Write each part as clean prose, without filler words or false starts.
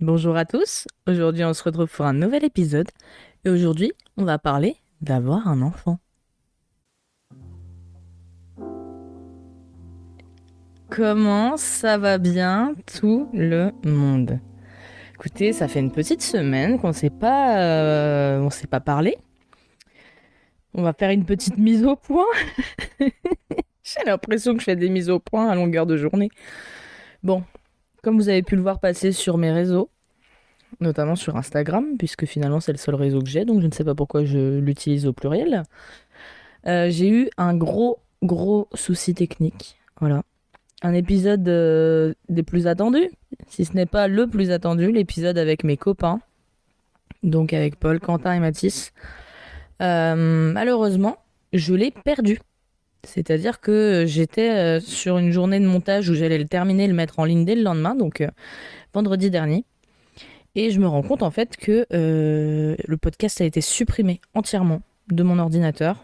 Bonjour à tous, aujourd'hui on se retrouve pour un nouvel épisode et aujourd'hui on va parler d'avoir un enfant. Comment ça va bien tout le monde? Écoutez, ça fait une petite semaine on s'est pas parlé. On va faire une petite mise au point. J'ai l'impression que je fais des mises au point à longueur de journée. Bon, comme vous avez pu le voir passer sur mes réseaux, notamment sur Instagram, puisque finalement c'est le seul réseau que j'ai, donc je ne sais pas pourquoi je l'utilise au pluriel. J'ai eu un gros souci technique. Voilà. Un épisode des plus attendus, si ce n'est pas le plus attendu, l'épisode avec mes copains, donc avec Paul, Quentin et Mathis. Malheureusement, je l'ai perdu. C'est-à-dire que j'étais sur une journée de montage où j'allais le terminer, le mettre en ligne dès le lendemain, donc vendredi dernier. Et je me rends compte en fait que le podcast a été supprimé entièrement de mon ordinateur.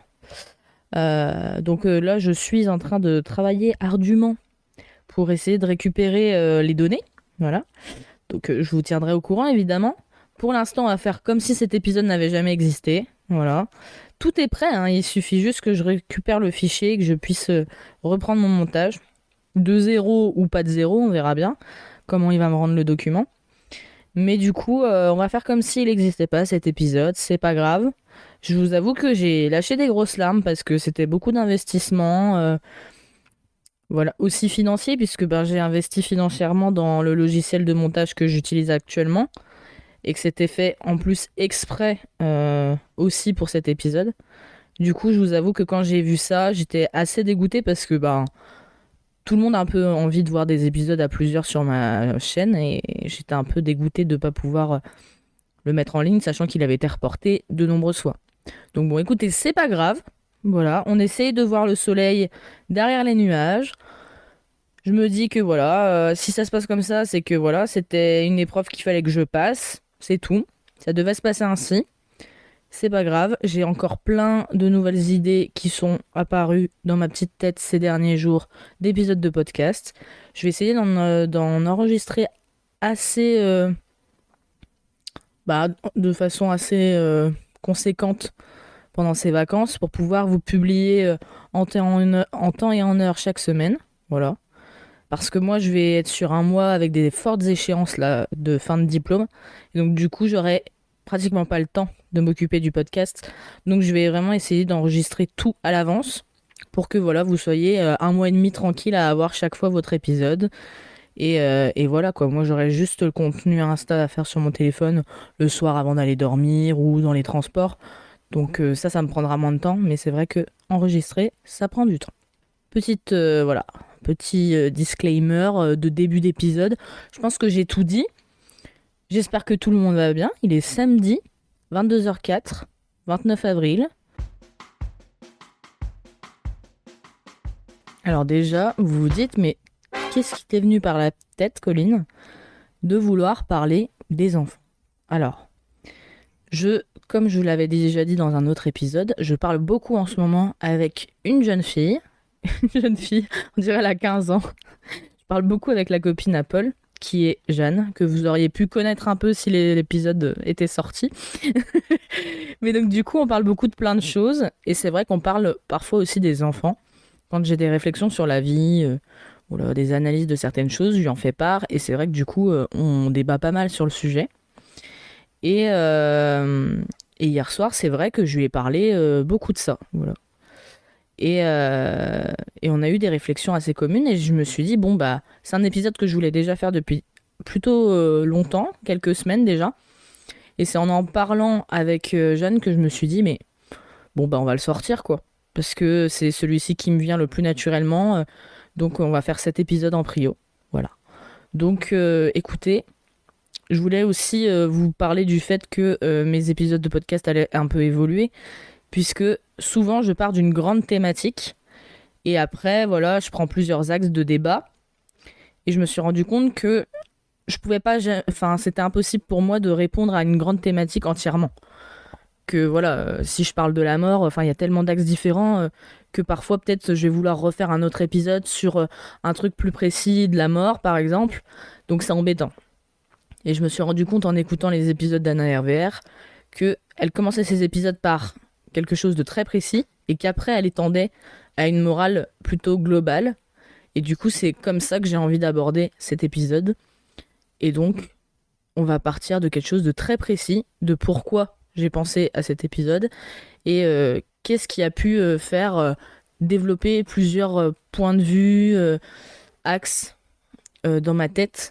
Donc là, je suis en train de travailler ardument pour essayer de récupérer les données. Voilà. Donc je vous tiendrai au courant évidemment. Pour l'instant, on va faire comme si cet épisode n'avait jamais existé. Voilà. Tout est prêt, hein. Il suffit juste que je récupère le fichier et que je puisse reprendre mon montage. De zéro ou pas de zéro, on verra bien comment il va me rendre le document. Mais du coup, on va faire comme s'il n'existait pas cet épisode. C'est pas grave. Je vous avoue que j'ai lâché des grosses larmes parce que c'était beaucoup d'investissement. Voilà, aussi financier, puisque j'ai investi financièrement dans le logiciel de montage que j'utilise actuellement et que c'était fait en plus exprès aussi pour cet épisode. Du coup, je vous avoue que quand j'ai vu ça, j'étais assez dégoûtée parce que tout le monde a un peu envie de voir des épisodes à plusieurs sur ma chaîne et j'étais un peu dégoûtée de ne pas pouvoir le mettre en ligne, sachant qu'il avait été reporté de nombreuses fois. Donc bon, écoutez, c'est pas grave. Voilà, on essaye de voir le soleil derrière les nuages. Je me dis que voilà, si ça se passe comme ça, c'est que voilà, c'était une épreuve qu'il fallait que je passe. C'est tout. Ça devait se passer ainsi. C'est pas grave. J'ai encore plein de nouvelles idées qui sont apparues dans ma petite tête ces derniers jours d'épisodes de podcast. Je vais essayer d'en enregistrer assez, de façon assez conséquente pendant ces vacances pour pouvoir vous publier en temps et en heure chaque semaine. Voilà. Parce que moi, je vais être sur un mois avec des fortes échéances là, de fin de diplôme. Et donc, du coup, j'aurai pratiquement pas le temps de m'occuper du podcast. Donc, je vais vraiment essayer d'enregistrer tout à l'avance pour que voilà, vous soyez un mois et demi tranquille à avoir chaque fois votre épisode. Et voilà quoi, moi j'aurai juste le contenu Insta à faire sur mon téléphone le soir avant d'aller dormir ou dans les transports. Donc ça me prendra moins de temps, mais c'est vrai que enregistrer, ça prend du temps. Voilà, petit disclaimer de début d'épisode. Je pense que j'ai tout dit. J'espère que tout le monde va bien. Il est samedi, 22h04, 29 avril. Alors déjà, vous vous dites, mais qu'est-ce qui t'est venu par la tête, Colline, de vouloir parler des enfants? Alors, comme je vous l'avais déjà dit dans un autre épisode, je parle beaucoup en ce moment avec une jeune fille. Une jeune fille, on dirait elle a 15 ans. Je parle beaucoup avec la copine à Paul, qui est Jeanne, que vous auriez pu connaître un peu si l'épisode était sorti. Mais donc du coup, on parle beaucoup de plein de choses, et c'est vrai qu'on parle parfois aussi des enfants. Quand j'ai des réflexions sur la vie, ou des analyses de certaines choses, je lui en fais part, et c'est vrai que du coup, on débat pas mal sur le sujet. Et, euh, et hier soir, c'est vrai que je lui ai parlé beaucoup de ça. Voilà. Et on a eu des réflexions assez communes et je me suis dit, bon, c'est un épisode que je voulais déjà faire depuis plutôt longtemps, quelques semaines déjà. Et c'est en parlant avec Jeanne que je me suis dit, mais bon, on va le sortir, quoi. Parce que c'est celui-ci qui me vient le plus naturellement. Donc, on va faire cet épisode en prio. Voilà. Donc, écoutez, je voulais aussi vous parler du fait que mes épisodes de podcast allaient un peu évoluer, puisque souvent, je pars d'une grande thématique. Et après, voilà, je prends plusieurs axes de débat. Et je me suis rendu compte que je pouvais pas, enfin, c'était impossible pour moi de répondre à une grande thématique entièrement. Que voilà, si je parle de la mort, enfin, il y a tellement d'axes différents que parfois, peut-être, je vais vouloir refaire un autre épisode sur un truc plus précis de la mort, par exemple. Donc, c'est embêtant. Et je me suis rendu compte en écoutant les épisodes d'Anna RVR qu'elle commençait ses épisodes par quelque chose de très précis et qu'après elle étendait à une morale plutôt globale. Et du coup, c'est comme ça que j'ai envie d'aborder cet épisode. Et donc, on va partir de quelque chose de très précis, de pourquoi j'ai pensé à cet épisode et qu'est-ce qui a pu faire développer plusieurs points de vue, axes dans ma tête.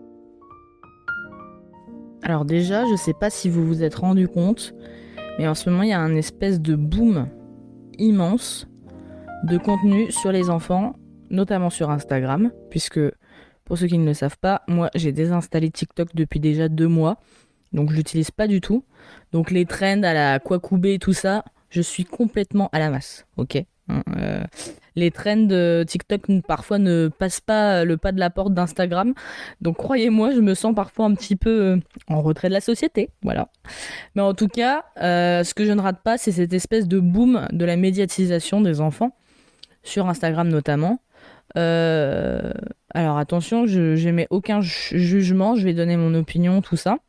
Alors déjà, je sais pas si vous vous êtes rendu compte, mais en ce moment, il y a un espèce de boom immense de contenu sur les enfants, notamment sur Instagram, puisque, pour ceux qui ne le savent pas, moi, j'ai désinstallé TikTok depuis déjà 2 mois, donc je l'utilise pas du tout. Donc les trends à la Kwakubé et tout ça, je suis complètement à la masse, ok. Les trends de TikTok parfois ne passent pas le pas de la porte d'Instagram. Donc croyez-moi, je me sens parfois un petit peu en retrait de la société. Voilà. Mais en tout cas, ce que je ne rate pas, c'est cette espèce de boom de la médiatisation des enfants, sur Instagram notamment. Alors attention, je n'émets aucun jugement, je vais donner mon opinion, tout ça.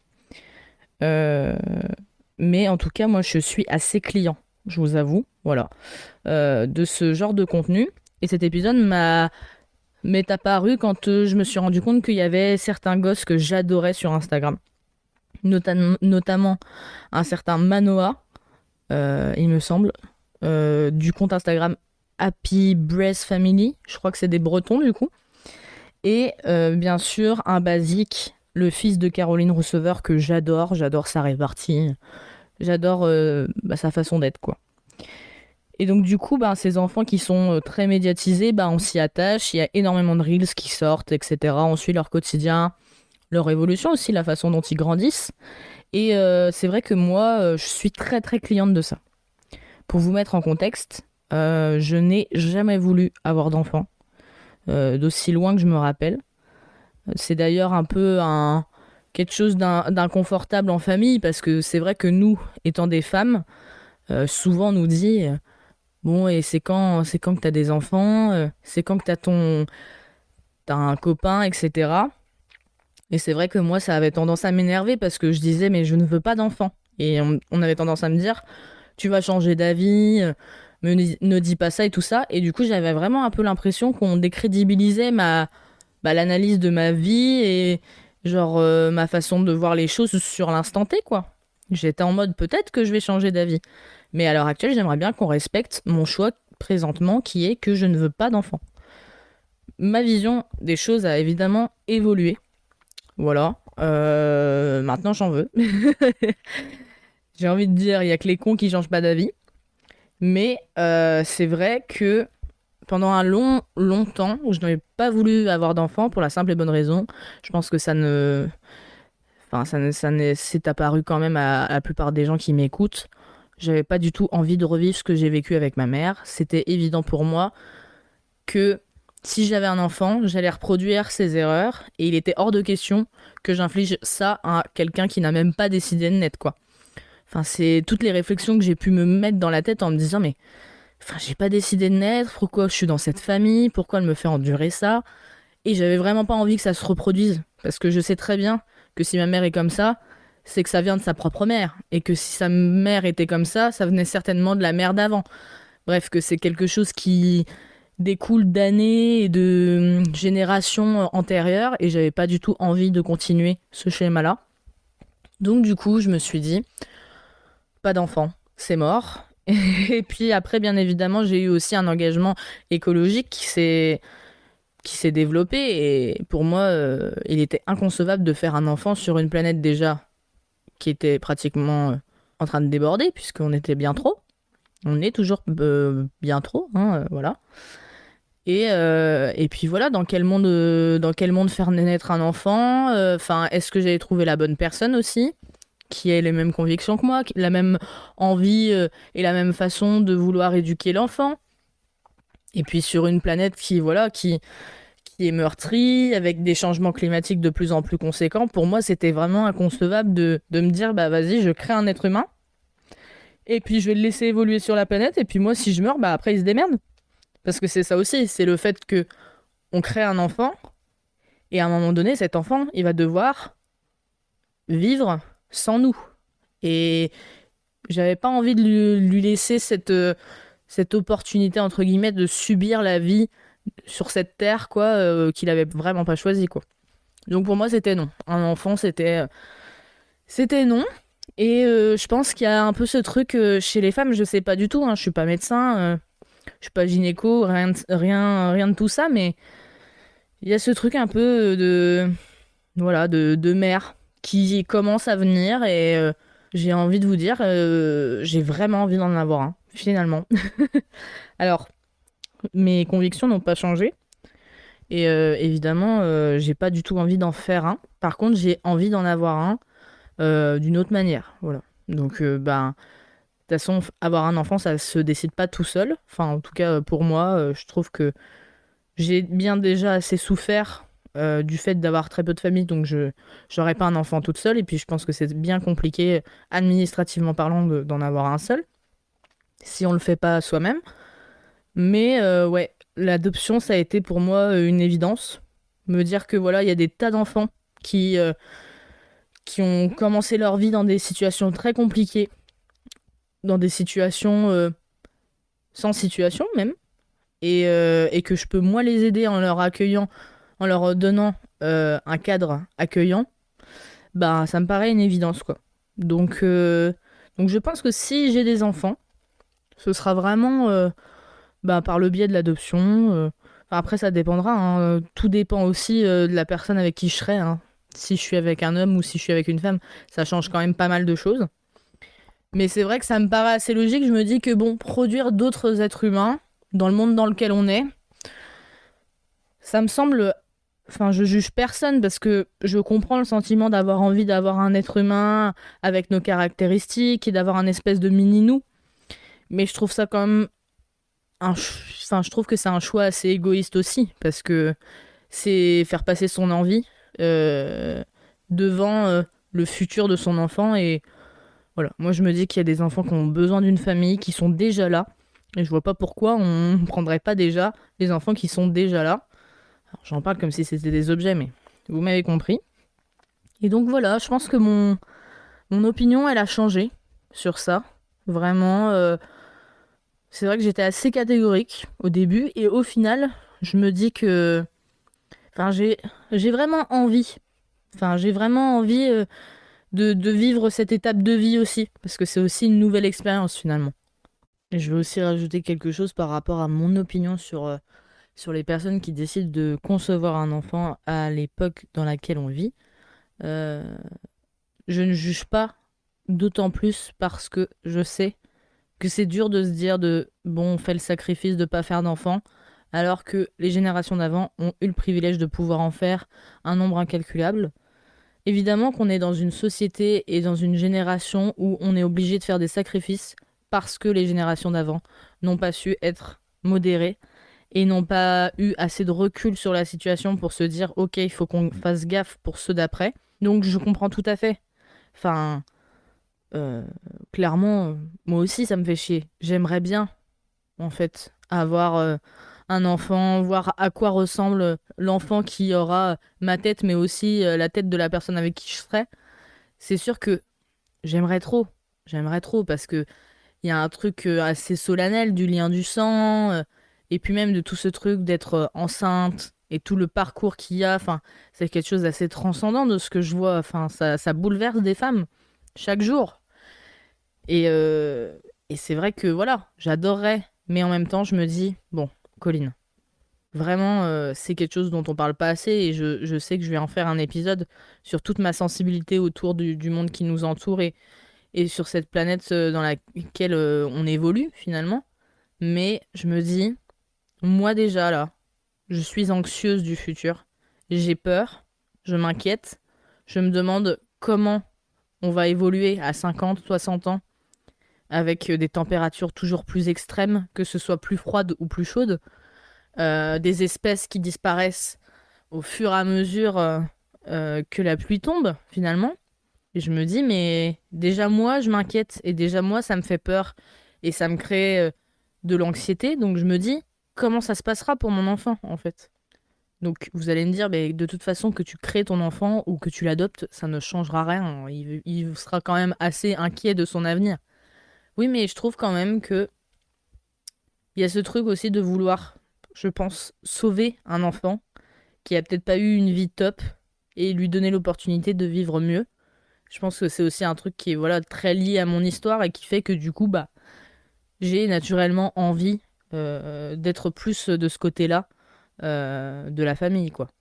Mais en tout cas, moi, je suis assez client, je vous avoue, voilà, de ce genre de contenu. Et cet épisode m'est apparu quand je me suis rendu compte qu'il y avait certains gosses que j'adorais sur Instagram. Notamment un certain Manoa, il me semble, du compte Instagram Happy Breast Family. Je crois que c'est des Bretons, du coup. Et bien sûr, un basique, le fils de Caroline Receveur, que j'adore sa répartie. J'adore sa façon d'être, quoi. Et donc du coup, ces enfants qui sont très médiatisés, on s'y attache. Il y a énormément de reels qui sortent, etc. On suit leur quotidien, leur évolution aussi, la façon dont ils grandissent. Et c'est vrai que moi, je suis très très cliente de ça. Pour vous mettre en contexte, je n'ai jamais voulu avoir d'enfant, d'aussi loin que je me rappelle. C'est d'ailleurs un peu quelque chose d'inconfortable en famille, parce que c'est vrai que nous, étant des femmes, souvent on nous dit bon, et c'est quand que t'as des enfants, c'est quand que t'as un copain, etc. Et c'est vrai que moi, ça avait tendance à m'énerver parce que je disais mais je ne veux pas d'enfants. Et on avait tendance à me dire tu vas changer d'avis, ne dis pas ça et tout ça. Et du coup, j'avais vraiment un peu l'impression qu'on décrédibilisait l'analyse de ma vie et genre ma façon de voir les choses sur l'instant T, quoi. J'étais en mode peut-être que je vais changer d'avis. Mais à l'heure actuelle, j'aimerais bien qu'on respecte mon choix présentement qui est que je ne veux pas d'enfant. Ma vision des choses a évidemment évolué. Voilà. Maintenant, j'en veux. J'ai envie de dire, il n'y a que les cons qui changent pas d'avis. Mais c'est vrai que pendant un longtemps où je n'avais pas voulu avoir d'enfant pour la simple et bonne raison, je pense que c'est apparu quand même à la plupart des gens qui m'écoutent. J'avais pas du tout envie de revivre ce que j'ai vécu avec ma mère. C'était évident pour moi que si j'avais un enfant, j'allais reproduire ses erreurs et il était hors de question que j'inflige ça à quelqu'un qui n'a même pas décidé de naître, quoi. Enfin, c'est toutes les réflexions que j'ai pu me mettre dans la tête en me disant mais j'ai pas décidé de naître, pourquoi je suis dans cette famille, pourquoi elle me fait endurer ça? Et j'avais vraiment pas envie que ça se reproduise parce que je sais très bien que si ma mère est comme ça, c'est que ça vient de sa propre mère. Et que si sa mère était comme ça venait certainement de la mère d'avant. Bref, que c'est quelque chose qui découle d'années et de générations antérieures. Et j'avais pas du tout envie de continuer ce schéma-là. Donc du coup, je me suis dit, pas d'enfant, c'est mort. Et puis après, bien évidemment, j'ai eu aussi un engagement écologique qui s'est développé. Et pour moi, il était inconcevable de faire un enfant sur une planète déjà qui était pratiquement en train de déborder, puisqu'on était bien trop. On est toujours bien trop, voilà. Et puis voilà, dans quel monde faire naître un enfant, est-ce que j'allais trouver la bonne personne aussi, qui ait les mêmes convictions que moi, la même envie et la même façon de vouloir éduquer l'enfant. Et puis sur une planète qui est meurtrie, avec des changements climatiques de plus en plus conséquents, pour moi, c'était vraiment inconcevable de me dire, vas-y, je crée un être humain, et puis je vais le laisser évoluer sur la planète, et puis moi, si je meurs, après, il se démerde. Parce que c'est ça aussi, c'est le fait que on crée un enfant, et à un moment donné, cet enfant, il va devoir vivre sans nous. Et j'avais pas envie de lui laisser cette opportunité, entre guillemets, de subir la vie sur cette terre, quoi, qu'il avait vraiment pas choisi, quoi. Donc pour moi, c'était non. Un enfant, c'était non. Et je pense qu'il y a un peu ce truc chez les femmes, je sais pas du tout, hein, je suis pas médecin, je suis pas gynéco, rien de tout ça, mais il y a ce truc un peu voilà, de mère qui commence à venir et j'ai envie de vous dire, j'ai vraiment envie d'en avoir un, finalement. Alors, mes convictions n'ont pas changé et évidemment, j'ai pas du tout envie d'en faire un. Par contre, j'ai envie d'en avoir un d'une autre manière, voilà. Donc, ben, de toute façon, avoir un enfant, ça se décide pas tout seul. Enfin, en tout cas, pour moi, je trouve que j'ai bien déjà assez souffert du fait d'avoir très peu de famille, donc je n'aurais pas un enfant toute seule. Et puis je pense que c'est bien compliqué, administrativement parlant, d'en avoir un seul, si on le fait pas soi-même. Mais ouais, l'adoption, ça a été pour moi une évidence. Me dire que voilà, il y a des tas d'enfants qui ont commencé leur vie dans des situations très compliquées, dans des situations sans situation même, et que je peux moi les aider en leur accueillant, en leur donnant un cadre accueillant, bah ça me paraît une évidence quoi. Donc je pense que si j'ai des enfants, ce sera vraiment bah, par le biais de l'adoption. Enfin, après ça dépendra, hein. Tout dépend aussi de la personne avec qui je serai, hein. Si je suis avec un homme ou si je suis avec une femme, ça change quand même pas mal de choses. Mais c'est vrai que ça me paraît assez logique. Je me dis que bon, produire d'autres êtres humains dans le monde dans lequel on est, ça me semble. Enfin, je juge personne parce que je comprends le sentiment d'avoir envie d'avoir un être humain avec nos caractéristiques et d'avoir un espèce de mini-nous. Mais je trouve ça quand même. Enfin, je trouve que c'est un choix assez égoïste aussi parce que c'est faire passer son envie euh, devant le futur de son enfant. Et voilà, moi je me dis qu'il y a des enfants qui ont besoin d'une famille, qui sont déjà là. Et je vois pas pourquoi on ne prendrait pas déjà les enfants qui sont déjà là. Alors, j'en parle comme si c'était des objets, mais vous m'avez compris. Et donc voilà, je pense que mon opinion, elle a changé sur ça. Vraiment, c'est vrai que j'étais assez catégorique au début. Et au final, je me dis que... Enfin, j'ai vraiment envie. Enfin, j'ai vraiment envie de vivre cette étape de vie aussi. Parce que c'est aussi une nouvelle expérience finalement. Et je vais aussi rajouter quelque chose par rapport à mon opinion sur les personnes qui décident de concevoir un enfant à l'époque dans laquelle on vit. Euh, je ne juge pas, d'autant plus parce que je sais que c'est dur de se dire de bon, on fait le sacrifice de pas faire d'enfants, alors que les générations d'avant ont eu le privilège de pouvoir en faire un nombre incalculable. Évidemment qu'on est dans une société et dans une génération où on est obligé de faire des sacrifices parce que les générations d'avant n'ont pas su être modérées et n'ont pas eu assez de recul sur la situation pour se dire ok, il faut qu'on fasse gaffe pour ceux d'après. Donc je comprends tout à fait. Enfin, euh, clairement, moi aussi ça me fait chier. J'aimerais bien, en fait, avoir un enfant, voir à quoi ressemble l'enfant qui aura ma tête, mais aussi la tête de la personne avec qui je serai. C'est sûr que j'aimerais trop. J'aimerais trop parce que il y a un truc assez solennel du lien du sang, et puis même de tout ce truc d'être enceinte et tout le parcours qu'il y a. Enfin, c'est quelque chose d'assez transcendant de ce que je vois. Enfin, ça bouleverse des femmes chaque jour. Et, euh, et c'est vrai que voilà, j'adorerais. Mais en même temps, je me dis, bon, Colline, vraiment, c'est quelque chose dont on parle pas assez. Et je sais que je vais en faire un épisode sur toute ma sensibilité autour du monde qui nous entoure et sur cette planète dans laquelle on évolue finalement. Mais je me dis, moi déjà là, je suis anxieuse du futur. J'ai peur, je m'inquiète, je me demande comment on va évoluer à 50, 60 ans avec des températures toujours plus extrêmes, que ce soit plus froide ou plus chaude, des espèces qui disparaissent au fur et à mesure que la pluie tombe finalement. Et je me dis, mais déjà moi, je m'inquiète. Et déjà moi, ça me fait peur. Et ça me crée de l'anxiété. Donc je me dis, comment ça se passera pour mon enfant, en fait? Donc vous allez me dire, mais de toute façon, que tu crées ton enfant ou que tu l'adoptes, ça ne changera rien. Il sera quand même assez inquiet de son avenir. Oui, mais je trouve quand même que il y a ce truc aussi de vouloir, je pense, sauver un enfant qui a peut-être pas eu une vie top et lui donner l'opportunité de vivre mieux. Je pense que c'est aussi un truc qui est voilà très lié à mon histoire et qui fait que du coup bah j'ai naturellement envie d'être plus de ce côté-là de la famille quoi.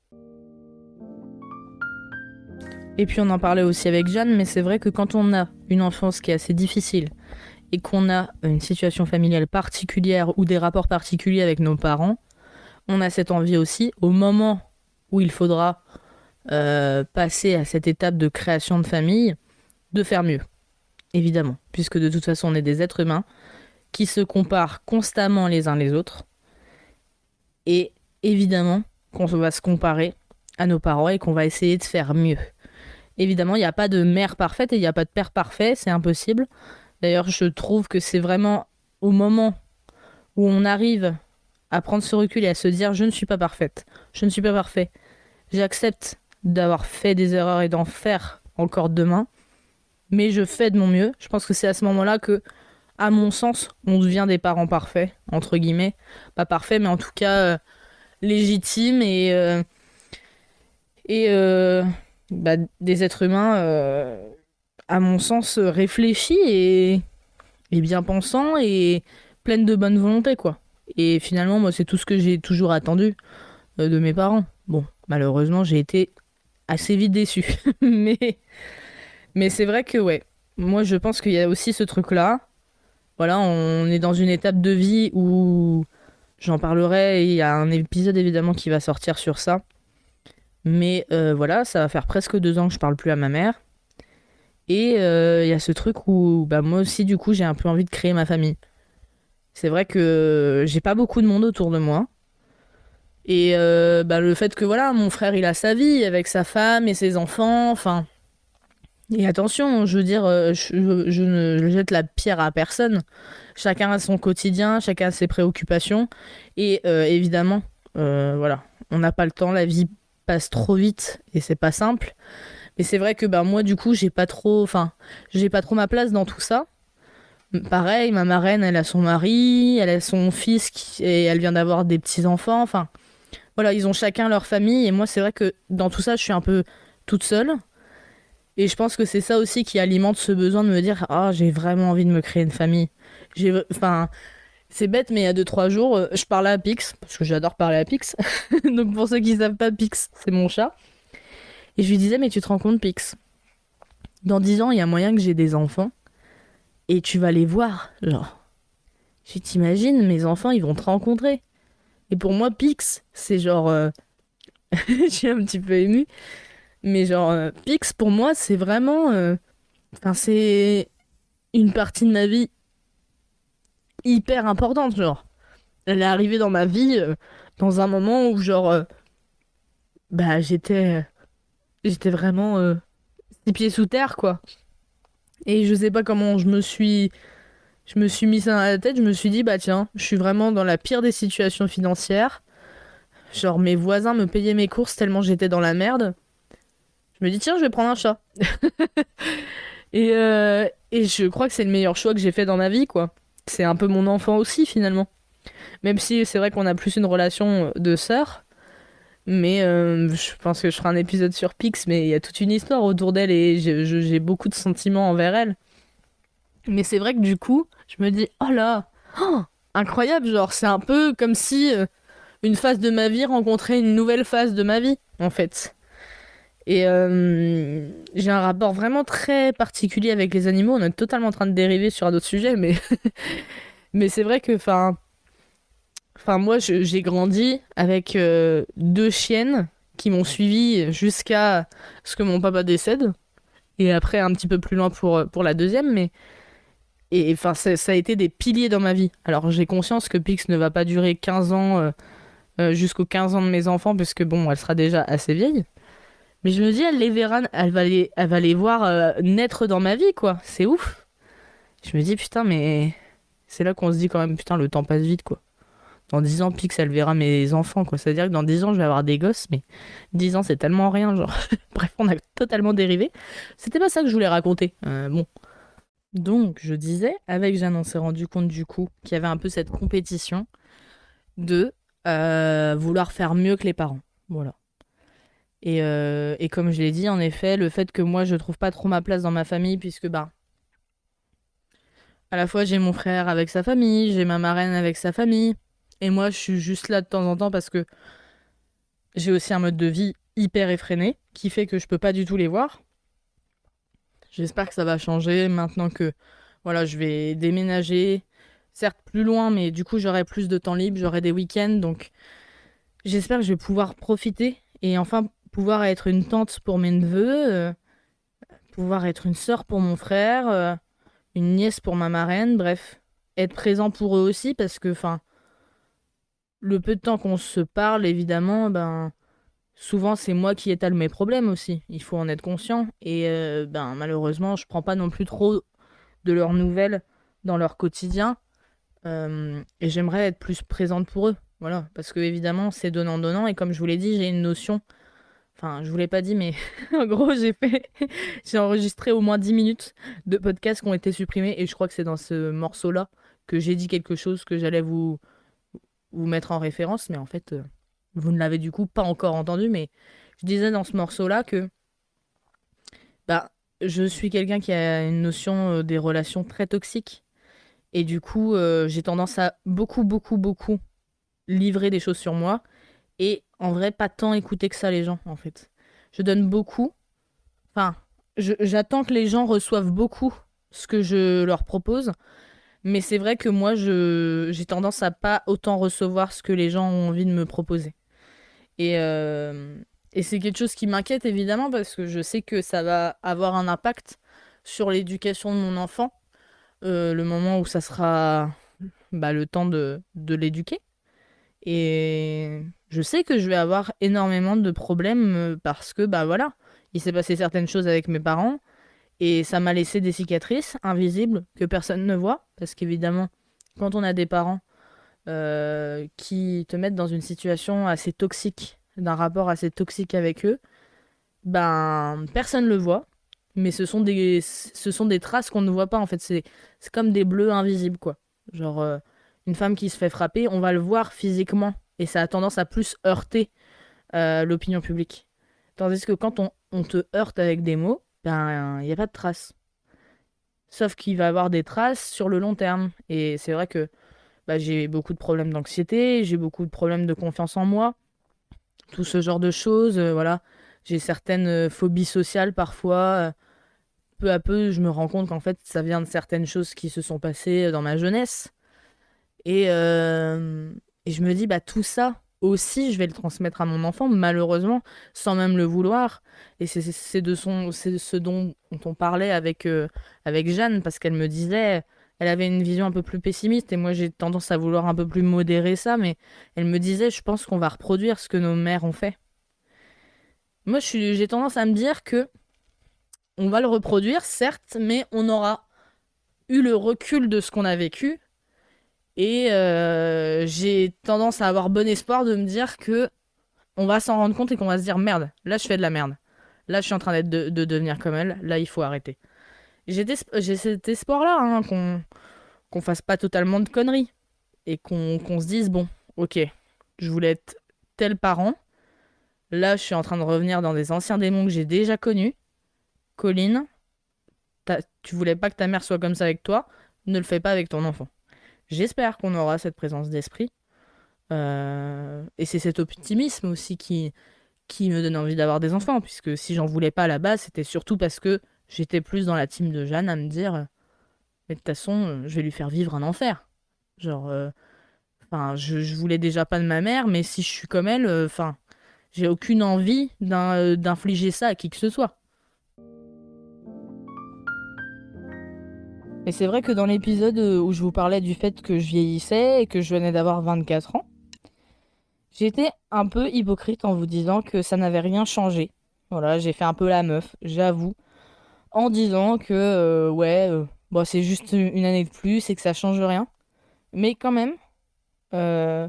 Et puis on en parlait aussi avec Jeanne, mais c'est vrai que quand on a une enfance qui est assez difficile et qu'on a une situation familiale particulière ou des rapports particuliers avec nos parents, on a cette envie aussi, au moment où il faudra passer à cette étape de création de famille, de faire mieux, évidemment, puisque de toute façon on est des êtres humains qui se comparent constamment les uns les autres, et évidemment qu'on va se comparer à nos parents et qu'on va essayer de faire mieux. Évidemment, il n'y a pas de mère parfaite et il n'y a pas de père parfait, c'est impossible. D'ailleurs, je trouve que c'est vraiment au moment où on arrive à prendre ce recul et à se dire je ne suis pas parfaite, je ne suis pas parfait, j'accepte d'avoir fait des erreurs et d'en faire encore demain, mais je fais de mon mieux. Je pense que c'est à ce moment-là que, à mon sens, on devient des parents parfaits, entre guillemets. Pas parfaits, mais en tout cas légitimes et bah, des êtres humains, à mon sens, réfléchis et bien pensants et pleines de bonne volonté, quoi. Et finalement, moi, c'est tout ce que j'ai toujours attendu de mes parents. Bon, malheureusement, j'ai été assez vite déçue. mais, mais c'est vrai que, ouais, moi, je pense qu'il y a aussi ce truc-là. Voilà, on est dans une étape de vie où j'en parlerai. Il y a un épisode, évidemment, qui va sortir sur ça. Mais voilà, ça va faire presque 2 ans que je parle plus à ma mère. Et il y a ce truc où bah, moi aussi, du coup, j'ai un peu envie de créer ma famille. C'est vrai que j'ai pas beaucoup de monde autour de moi. Et bah, le fait que voilà, mon frère il a sa vie avec sa femme et ses enfants, enfin. Et attention, je veux dire, je ne jette la pierre à personne. Chacun a son quotidien, chacun a ses préoccupations. Et évidemment, voilà, on n'a pas le temps, la vie passe trop vite et c'est pas simple. Mais c'est vrai que bah, moi, du coup, j'ai pas trop ma place dans tout ça. Pareil, ma marraine, elle a son mari, elle a son fils et elle vient d'avoir des petits-enfants. Enfin, voilà, ils ont chacun leur famille. Et moi, c'est vrai que dans tout ça, je suis un peu toute seule. Et je pense que c'est ça aussi qui alimente ce besoin de me dire ah, j'ai vraiment envie de me créer une famille. Enfin, c'est bête, mais il y a 2-3 jours, je parlais à Pix, parce que j'adore parler à Pix. Donc pour ceux qui savent pas, Pix, c'est mon chat. Et je lui disais, mais tu te rends compte, Pix, dans 10 ans, il y a moyen que j'ai des enfants et tu vas les voir. Genre, tu t'imagines, mes enfants, ils vont te rencontrer. Et pour moi, Pix, c'est genre. Je suis un petit peu émue. Mais genre, Pix, pour moi, c'est vraiment. Enfin, c'est une partie de ma vie hyper importante, genre. Elle est arrivée dans ma vie dans un moment où, genre. Bah, j'étais vraiment 6 pieds sous terre, quoi. Et je sais pas comment je me suis mis ça dans la tête, je me suis dit, bah tiens, je suis vraiment dans la pire des situations financières. Genre, mes voisins me payaient mes courses tellement j'étais dans la merde. Je me dis, tiens, je vais prendre un chat. Et je crois que c'est le meilleur choix que j'ai fait dans ma vie, quoi. C'est un peu mon enfant aussi, finalement. Même si c'est vrai qu'on a plus une relation de sœur. Mais je pense que je ferai un épisode sur Pix, mais il y a toute une histoire autour d'elle et j'ai beaucoup de sentiments envers elle. Mais c'est vrai que du coup, je me dis, oh là, oh, incroyable, genre c'est un peu comme si une phase de ma vie rencontrait une nouvelle phase de ma vie, en fait. Et j'ai un rapport vraiment très particulier avec les animaux. On est totalement en train de dériver sur un autre sujet, mais, mais c'est vrai que, moi, j'ai grandi avec 2 chiennes qui m'ont suivi jusqu'à ce que mon papa décède. Et après, un petit peu plus loin pour la deuxième, mais. Et enfin, ça a été des piliers dans ma vie. Alors, j'ai conscience que Pix ne va pas durer 15 ans jusqu'aux 15 ans de mes enfants, puisque bon, elle sera déjà assez vieille. Mais je me dis, elle les verra, elle va les voir naître dans ma vie, quoi. C'est ouf. Je me dis, putain, mais c'est là qu'on se dit quand même, putain, le temps passe vite, quoi. Dans 10 ans, Pix, elle verra mes enfants, quoi. C'est-à-dire que dans 10 ans, je vais avoir des gosses, mais 10 ans, c'est tellement rien, genre. Bref, on a totalement dérivé. C'était pas ça que je voulais raconter. Bon. Donc, je disais, avec Jeanne, on s'est rendu compte du coup qu'il y avait un peu cette compétition de vouloir faire mieux que les parents. Voilà. Et comme je l'ai dit, en effet, le fait que moi, je trouve pas trop ma place dans ma famille, puisque, bah, à la fois, j'ai mon frère avec sa famille, j'ai ma marraine avec sa famille, et moi, je suis juste là de temps en temps parce que j'ai aussi un mode de vie hyper effréné, qui fait que je peux pas du tout les voir. J'espère que ça va changer maintenant que, voilà, je vais déménager, certes plus loin, mais du coup, j'aurai plus de temps libre, j'aurai des week-ends, donc j'espère que je vais pouvoir profiter et enfin pouvoir être une tante pour mes neveux, pouvoir être une sœur pour mon frère, une nièce pour ma marraine, bref, être présent pour eux aussi parce que, enfin, le peu de temps qu'on se parle, évidemment, ben, souvent c'est moi qui étale mes problèmes aussi. Il faut en être conscient et ben malheureusement, je prends pas non plus trop de leurs nouvelles dans leur quotidien et j'aimerais être plus présente pour eux. Voilà, parce que évidemment c'est donnant-donnant et comme je vous l'ai dit, j'ai une notion. Enfin, je vous l'ai pas dit, mais en gros, j'ai enregistré au moins 10 minutes de podcasts qui ont été supprimés. Et je crois que c'est dans ce morceau-là que j'ai dit quelque chose que j'allais vous mettre en référence. Mais en fait, vous ne l'avez du coup pas encore entendu. Mais je disais dans ce morceau-là que bah, je suis quelqu'un qui a une notion des relations très toxiques. Et du coup, j'ai tendance à beaucoup livrer des choses sur moi. Et en vrai, pas tant écouter que ça les gens, en fait. Je donne beaucoup. Enfin, j'attends que les gens reçoivent beaucoup ce que je leur propose. Mais c'est vrai que moi, j'ai tendance à pas autant recevoir ce que les gens ont envie de me proposer. Et, euh, et c'est quelque chose qui m'inquiète évidemment parce que je sais que ça va avoir un impact sur l'éducation de mon enfant. Le moment où ça sera bah, le temps de l'éduquer. Et je sais que je vais avoir énormément de problèmes parce que, bah voilà, il s'est passé certaines choses avec mes parents et ça m'a laissé des cicatrices invisibles que personne ne voit. Parce qu'évidemment, quand on a des parents qui te mettent dans une situation assez toxique, d'un rapport assez toxique avec eux, ben personne ne le voit. Mais ce sont des traces qu'on ne voit pas en fait. C'est comme des bleus invisibles quoi. Genre, une femme qui se fait frapper, on va le voir physiquement. Et ça a tendance à plus heurter l'opinion publique. Tandis que quand on te heurte avec des mots, ben il n'y a pas de traces. Sauf qu'il va y avoir des traces sur le long terme. Et c'est vrai que bah, j'ai beaucoup de problèmes d'anxiété, j'ai beaucoup de problèmes de confiance en moi, tout ce genre de choses. Voilà. J'ai certaines phobies sociales parfois. Peu à peu, je me rends compte qu'en fait, ça vient de certaines choses qui se sont passées dans ma jeunesse. Et, euh, et je me dis, bah, tout ça aussi, je vais le transmettre à mon enfant, malheureusement, sans même le vouloir. Et c'est ce dont on parlait avec Jeanne, parce qu'elle me disait, elle avait une vision un peu plus pessimiste, et moi j'ai tendance à vouloir un peu plus modérer ça, mais elle me disait, je pense qu'on va reproduire ce que nos mères ont fait. Moi, j'ai tendance à me dire que on va le reproduire, certes, mais on aura eu le recul de ce qu'on a vécu. Et j'ai tendance à avoir bon espoir de me dire que on va s'en rendre compte et qu'on va se dire merde, là je fais de la merde. Là je suis en train de devenir comme elle, là il faut arrêter. J'ai cet espoir-là, hein, qu'on fasse pas totalement de conneries. Et qu'on se dise, bon, ok, je voulais être tel parent. Là je suis en train de revenir dans des anciens démons que j'ai déjà connus. Colline, tu voulais pas que ta mère soit comme ça avec toi, ne le fais pas avec ton enfant. J'espère qu'on aura cette présence d'esprit. Et c'est cet optimisme aussi qui me donne envie d'avoir des enfants, puisque si j'en voulais pas à la base, c'était surtout parce que j'étais plus dans la team de Jeanne à me dire, mais de toute façon, je vais lui faire vivre un enfer. Genre, enfin, je voulais déjà pas de ma mère, mais si je suis comme elle, enfin, j'ai aucune envie d'infliger ça à qui que ce soit. Et c'est vrai que dans l'épisode où je vous parlais du fait que je vieillissais et que je venais d'avoir 24 ans, j'étais un peu hypocrite en vous disant que ça n'avait rien changé. Voilà, j'ai fait un peu la meuf, j'avoue, en disant que ouais, bon, c'est juste une année de plus et que ça change rien. Mais quand même,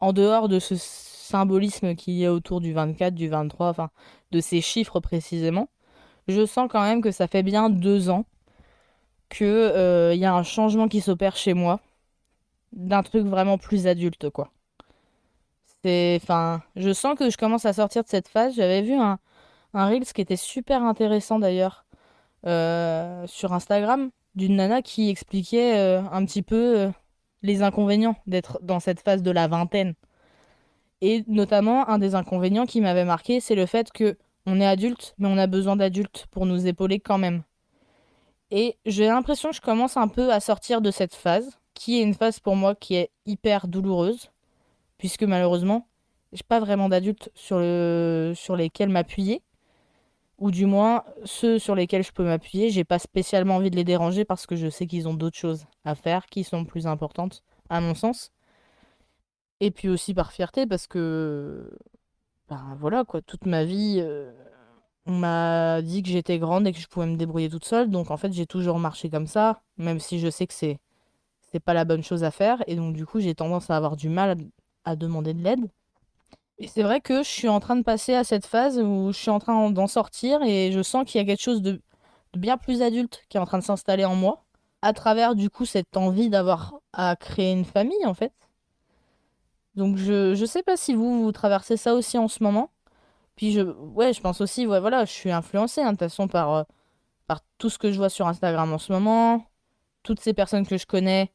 en dehors de ce symbolisme qu'il y a autour du 24, du 23, enfin, de ces chiffres précisément, je sens quand même que ça fait bien 2 ans que y a un changement qui s'opère chez moi, d'un truc vraiment plus adulte, quoi. Enfin, je sens que je commence à sortir de cette phase. J'avais vu un Reels qui était super intéressant d'ailleurs sur Instagram d'une nana qui expliquait un petit peu les inconvénients d'être dans cette phase de la vingtaine. Et notamment, un des inconvénients qui m'avait marqué, c'est le fait que on est adulte, mais on a besoin d'adultes pour nous épauler quand même. Et j'ai l'impression que je commence un peu à sortir de cette phase, qui est une phase pour moi qui est hyper douloureuse, puisque malheureusement, j'ai pas vraiment d'adultes sur lesquels m'appuyer, ou du moins ceux sur lesquels je peux m'appuyer, j'ai pas spécialement envie de les déranger parce que je sais qu'ils ont d'autres choses à faire qui sont plus importantes, à mon sens. Et puis aussi par fierté parce que, ben voilà quoi, toute ma vie, on m'a dit que j'étais grande et que je pouvais me débrouiller toute seule, donc en fait j'ai toujours marché comme ça, même si je sais que c'est pas la bonne chose à faire, et donc du coup j'ai tendance à avoir du mal à demander de l'aide. Et c'est vrai que je suis en train de passer à cette phase où je suis en train d'en sortir et je sens qu'il y a quelque chose de bien plus adulte qui est en train de s'installer en moi, à travers du coup cette envie d'avoir à créer une famille en fait. Donc je sais pas si vous traversez ça aussi en ce moment. Puis ouais, je pense aussi, ouais, voilà, je suis influencée hein, de toute façon par tout ce que je vois sur Instagram en ce moment, toutes ces personnes que je connais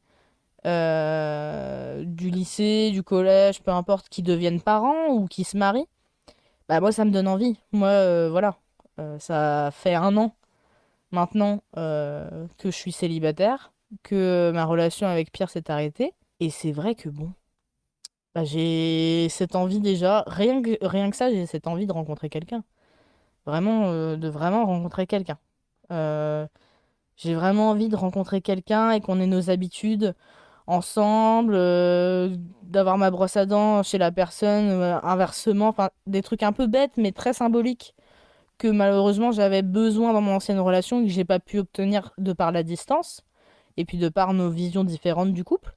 du lycée, du collège, peu importe, qui deviennent parents ou qui se marient. Bah moi ça me donne envie. Moi voilà. Ça fait 1 an maintenant que je suis célibataire, que ma relation avec Pierre s'est arrêtée. Et c'est vrai que bon, bah, j'ai cette envie déjà, rien que ça, j'ai cette envie de rencontrer quelqu'un. Vraiment, de vraiment rencontrer quelqu'un. Euh, j'ai vraiment envie de rencontrer quelqu'un et qu'on ait nos habitudes ensemble, d'avoir ma brosse à dents chez la personne, inversement, enfin des trucs un peu bêtes mais très symboliques que malheureusement j'avais besoin dans mon ancienne relation et que j'ai pas pu obtenir de par la distance et puis de par nos visions différentes du couple.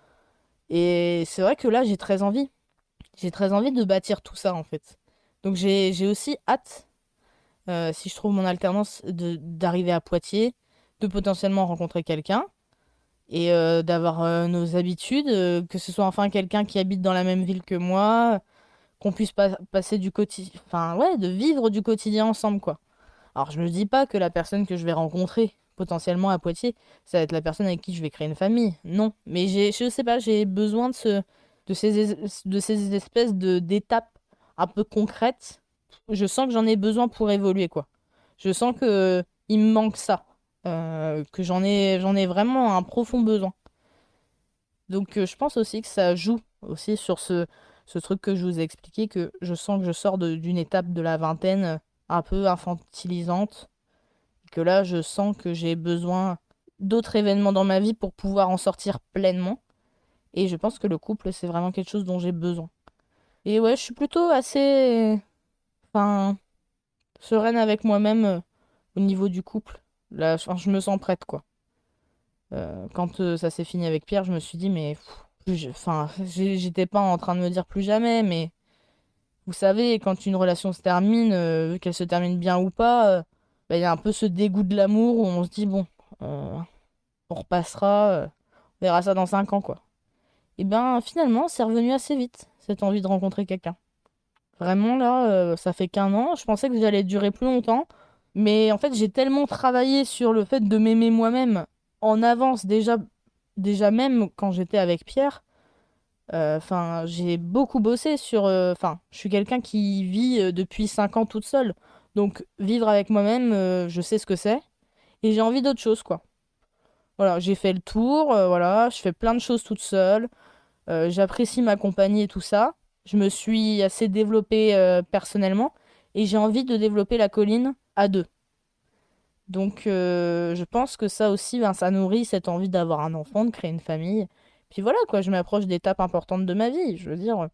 Et c'est vrai que là j'ai très envie. J'ai très envie de bâtir tout ça en fait. Donc j'ai aussi hâte, si je trouve mon alternance, d'arriver à Poitiers, de potentiellement rencontrer quelqu'un et d'avoir nos habitudes, que ce soit enfin quelqu'un qui habite dans la même ville que moi, qu'on puisse passer du quotidien, enfin ouais, de vivre du quotidien ensemble quoi. Alors, je me dis pas que la personne que je vais rencontrer potentiellement à Poitiers, ça va être la personne avec qui je vais créer une famille. Non. Mais je sais pas, j'ai besoin de ces espèces d'étapes un peu concrètes. Je sens que j'en ai besoin pour évoluer, quoi. Je sens que il me manque ça. Que j'en ai vraiment un profond besoin. Donc, je pense aussi que ça joue aussi sur ce truc que je vous ai expliqué, que je sens que je sors d'une étape de la vingtaine un peu infantilisante que là, je sens que j'ai besoin d'autres événements dans ma vie pour pouvoir en sortir pleinement. Et je pense que le couple, c'est vraiment quelque chose dont j'ai besoin. Et ouais, je suis plutôt assez, enfin, sereine avec moi-même au niveau du couple. Là, enfin, je me sens prête, quoi. Quand ça s'est fini avec Pierre, je me suis dit, mais, enfin, j'étais pas en train de me dire plus jamais, mais vous savez, quand une relation se termine, qu'elle se termine bien ou pas, bah, il y a un peu ce dégoût de l'amour où on se dit, bon, euh, on repassera, on verra ça dans 5 ans, quoi. Et ben finalement, c'est revenu assez vite, cette envie de rencontrer quelqu'un. Vraiment, là, ça fait qu'un an. Je pensais que j'allais durer plus longtemps. Mais en fait, j'ai tellement travaillé sur le fait de m'aimer moi-même en avance, déjà même quand j'étais avec Pierre. Enfin, j'ai beaucoup bossé sur. Enfin, je suis quelqu'un qui vit depuis 5 ans toute seule. Donc, vivre avec moi-même, je sais ce que c'est. Et j'ai envie d'autre chose, quoi. Voilà, j'ai fait le tour, voilà, je fais plein de choses toute seule, j'apprécie ma compagnie et tout ça. Je me suis assez développée personnellement et j'ai envie de développer la colline à deux. Donc je pense que ça aussi, ben, ça nourrit cette envie d'avoir un enfant, de créer une famille. Puis voilà, quoi, je m'approche d'étapes importantes de ma vie. Je veux dire,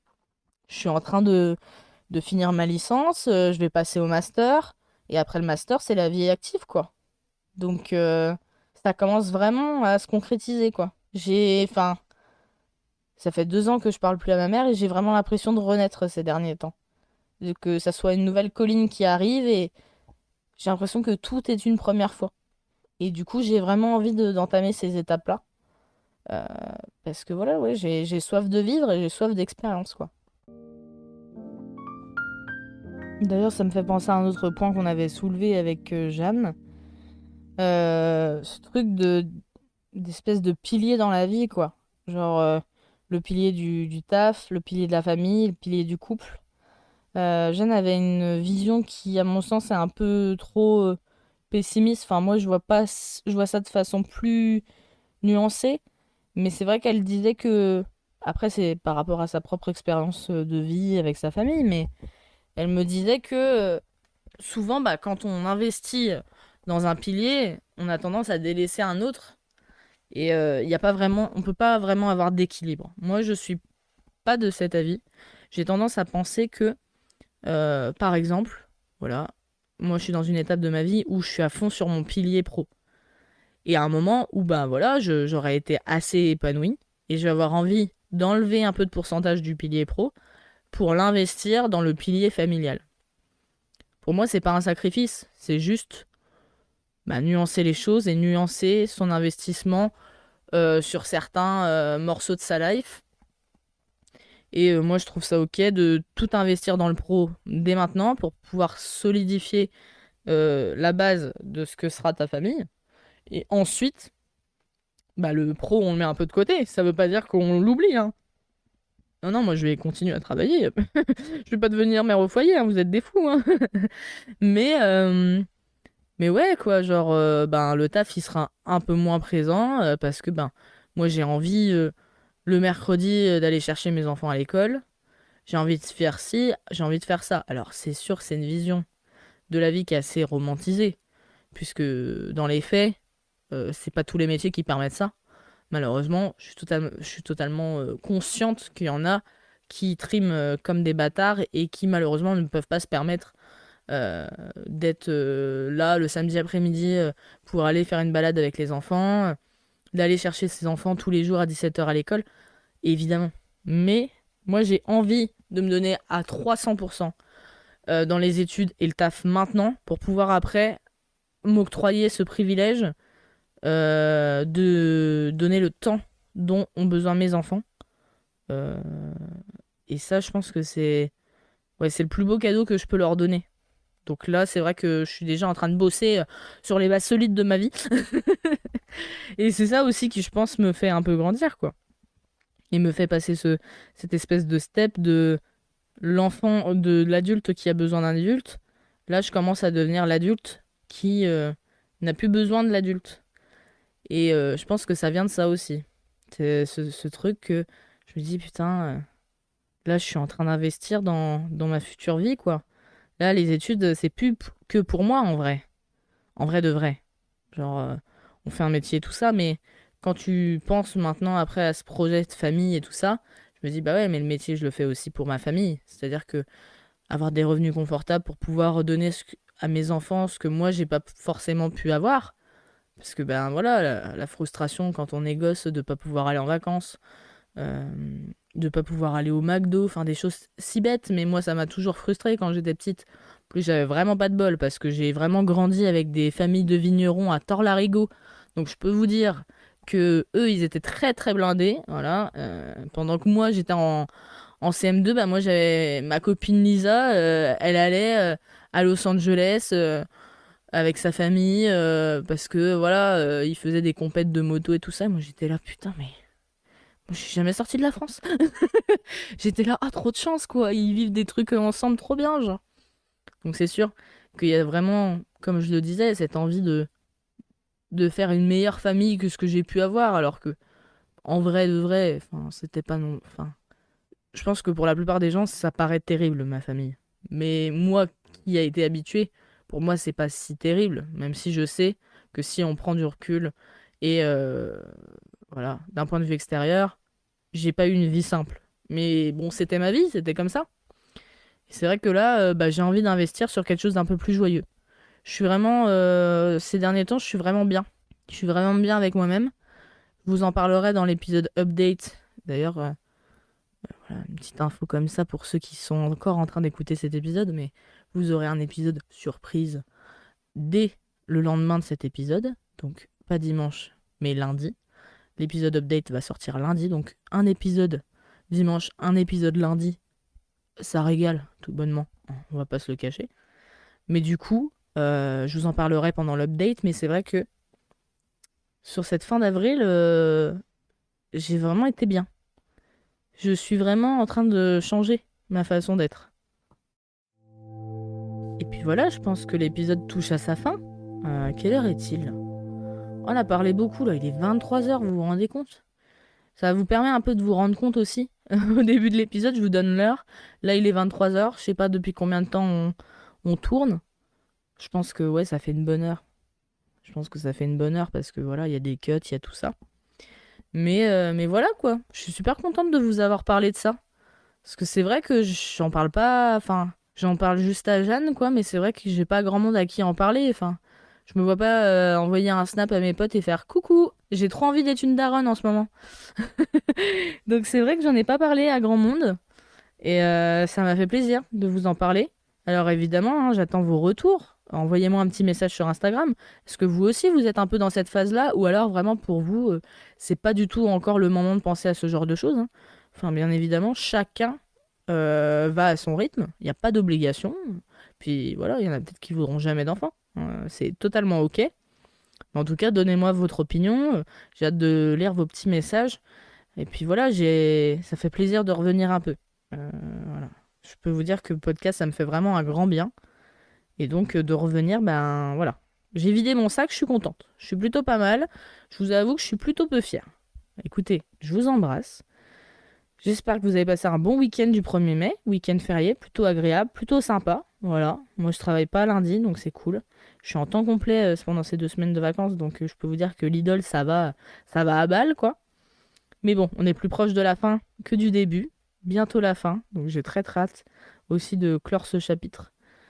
je suis en train de finir ma licence, je vais passer au master, et après le master, c'est la vie active, quoi. Donc ça commence vraiment à se concrétiser, quoi. Enfin, Ça fait 2 ans que je parle plus à ma mère et j'ai vraiment l'impression de renaître ces derniers temps. Que ça soit une nouvelle colline qui arrive et j'ai l'impression que tout est une première fois. Et du coup, j'ai vraiment envie d'entamer ces étapes-là. Euh, Parce que voilà, ouais, j'ai soif de vivre et j'ai soif d'expérience, quoi. D'ailleurs, ça me fait penser à un autre point qu'on avait soulevé avec Jeanne. Ce truc d'espèce de pilier dans la vie, quoi. Genre, le pilier du taf, le pilier de la famille, le pilier du couple. Jeanne avait une vision qui, à mon sens, est un peu trop pessimiste. Enfin, moi, je vois ça de façon plus nuancée. Mais c'est vrai qu'elle disait que, après, c'est par rapport à sa propre expérience de vie avec sa famille, mais elle me disait que souvent, bah, quand on investit dans un pilier, on a tendance à délaisser un autre. Et il y a pas vraiment, on peut pas vraiment avoir d'équilibre. Moi, je suis pas de cet avis. J'ai tendance à penser que, par exemple, voilà, moi, je suis dans une étape de ma vie où je suis à fond sur mon pilier pro. Et à un moment où, ben voilà, j'aurais été assez épanouie et je vais avoir envie d'enlever un peu de pourcentage du pilier pro pour l'investir dans le pilier familial. Pour moi, c'est pas un sacrifice, c'est juste bah, nuancer les choses et nuancer son investissement sur certains morceaux de sa life. Et moi, je trouve ça ok de tout investir dans le pro dès maintenant pour pouvoir solidifier la base de ce que sera ta famille. Et ensuite, bah, le pro, on le met un peu de côté. Ça veut pas dire qu'on l'oublie, hein. Non, non, moi, je vais continuer à travailler. Je vais pas devenir mère au foyer, hein, vous êtes des fous, hein. Mais, euh, mais ouais, quoi, genre, ben, le taf, il sera un peu moins présent parce que, ben, moi, j'ai envie, le mercredi, d'aller chercher mes enfants à l'école. J'ai envie de faire ci, j'ai envie de faire ça. Alors, c'est sûr, c'est une vision de la vie qui est assez romantisée, puisque dans les faits, c'est pas tous les métiers qui permettent ça. Malheureusement, je suis totalement consciente qu'il y en a qui triment comme des bâtards et qui malheureusement ne peuvent pas se permettre euh, d'être là le samedi après-midi pour aller faire une balade avec les enfants, d'aller chercher ses enfants tous les jours à 17h à l'école, évidemment. Mais moi, j'ai envie de me donner à 300% dans les études et le taf maintenant pour pouvoir après m'octroyer ce privilège de donner le temps dont ont besoin mes enfants. Euh, et ça, je pense que c'est le plus beau cadeau que je peux leur donner. Donc là, c'est vrai que je suis déjà en train de bosser sur les bases solides de ma vie. Et c'est ça aussi qui, je pense, me fait un peu grandir, quoi. Et me fait passer cette espèce de step de l'enfant, de l'adulte qui a besoin d'un adulte. Là, je commence à devenir l'adulte qui n'a plus besoin de l'adulte. Et je pense que ça vient de ça aussi. C'est ce truc que je me dis, putain, là, je suis en train d'investir dans ma future vie, quoi. Là, les études, c'est plus que pour moi, en vrai. En vrai de vrai. Genre, on fait un métier, tout ça, mais quand tu penses maintenant, après, à ce projet de famille et tout ça, je me dis, bah ouais, mais le métier, je le fais aussi pour ma famille. C'est-à-dire que avoir des revenus confortables pour pouvoir donner à mes enfants ce que moi, j'ai pas forcément pu avoir. Parce que ben voilà, la frustration quand on est gosse de pas pouvoir aller en vacances, euh, de pas pouvoir aller au McDo, enfin des choses si bêtes, mais moi ça m'a toujours frustrée quand j'étais petite. En plus j'avais vraiment pas de bol parce que j'ai vraiment grandi avec des familles de vignerons à Torlarigot. Donc je peux vous dire que eux ils étaient très très blindés, voilà. Pendant que moi j'étais en CM2, bah moi j'avais ma copine Lisa, elle allait à Los Angeles. Avec sa famille parce que voilà il faisait des compètes de moto et tout ça. Moi j'étais là putain mais moi, je suis jamais sortie de la France. J'étais là ah trop de chance quoi, ils vivent des trucs ensemble trop bien genre. Donc c'est sûr qu'il y a vraiment comme je le disais cette envie de faire une meilleure famille que ce que j'ai pu avoir alors que en vrai de vrai enfin c'était pas non enfin je pense que pour la plupart des gens ça paraît terrible ma famille, mais moi qui a été habitué, pour moi c'est pas si terrible, même si je sais que si on prend du recul et voilà d'un point de vue extérieur j'ai pas eu une vie simple, mais bon c'était ma vie, c'était comme ça. Et c'est vrai que là bah, j'ai envie d'investir sur quelque chose d'un peu plus joyeux. Je suis vraiment ces derniers temps je suis vraiment bien, je suis vraiment bien avec moi-même. Je vous en parlerai dans l'épisode update d'ailleurs. Voilà, une petite info comme ça pour ceux qui sont encore en train d'écouter cet épisode, mais vous aurez un épisode surprise dès le lendemain de cet épisode, donc pas dimanche, mais lundi. L'épisode update va sortir lundi, donc un épisode dimanche, un épisode lundi. Ça régale, tout bonnement, on va pas se le cacher. Mais du coup, je vous en parlerai pendant l'update, mais c'est vrai que sur cette fin d'avril, j'ai vraiment été bien. Je suis vraiment en train de changer ma façon d'être. Et puis voilà, je pense que l'épisode touche à sa fin. Quelle heure est-il? On a parlé beaucoup là, il est 23h, vous vous rendez compte? Ça vous permet un peu de vous rendre compte aussi. Au début de l'épisode, je vous donne l'heure. Là, il est 23h, je sais pas depuis combien de temps on tourne. Je pense que ouais, ça fait une bonne heure. Je pense que ça fait une bonne heure parce que voilà, il y a des cuts, il y a tout ça. Mais voilà quoi, je suis super contente de vous avoir parlé de ça. Parce que c'est vrai que j'en parle pas, enfin, j'en parle juste à Jeanne quoi, mais c'est vrai que j'ai pas grand monde à qui en parler, enfin. Je me vois pas envoyer un snap à mes potes et faire coucou, j'ai trop envie d'être une daronne en ce moment. Donc c'est vrai que j'en ai pas parlé à grand monde et ça m'a fait plaisir de vous en parler. Alors évidemment, hein, j'attends vos retours. Envoyez-moi un petit message sur Instagram. Est-ce que vous aussi vous êtes un peu dans cette phase-là ou alors vraiment pour vous, c'est pas du tout encore le moment de penser à ce genre de choses, hein. Enfin bien évidemment, chacun va à son rythme. Il n'y a pas d'obligation. Puis voilà, il y en a peut-être qui voudront jamais d'enfants. C'est totalement ok. Mais en tout cas, donnez-moi votre opinion. J'ai hâte de lire vos petits messages. Et puis voilà, ça fait plaisir de revenir un peu. Voilà. Je peux vous dire que le podcast, ça me fait vraiment un grand bien. Et donc, de revenir, ben voilà. J'ai vidé mon sac, je suis contente. Je suis plutôt pas mal. Je vous avoue que je suis plutôt peu fière. Écoutez, je vous embrasse. J'espère que vous avez passé un bon week-end du 1er mai. Week-end férié, plutôt agréable, plutôt sympa. Voilà. Moi, je travaille pas lundi, donc c'est cool. Je suis en temps complet pendant ces 2 semaines de vacances, donc je peux vous dire que l'idole, ça va à balle, quoi. Mais bon, on est plus proche de la fin que du début. Bientôt la fin, donc j'ai très hâte aussi de clore ce chapitre.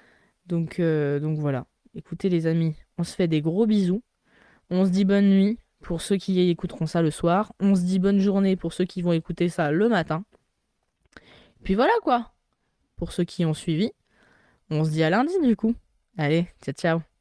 Donc voilà. Écoutez les amis, on se fait des gros bisous. On se dit bonne nuit pour ceux qui écouteront ça le soir. On se dit bonne journée pour ceux qui vont écouter ça le matin. Puis voilà quoi. Pour ceux qui ont suivi, on se dit à lundi du coup. Allez, ciao ciao.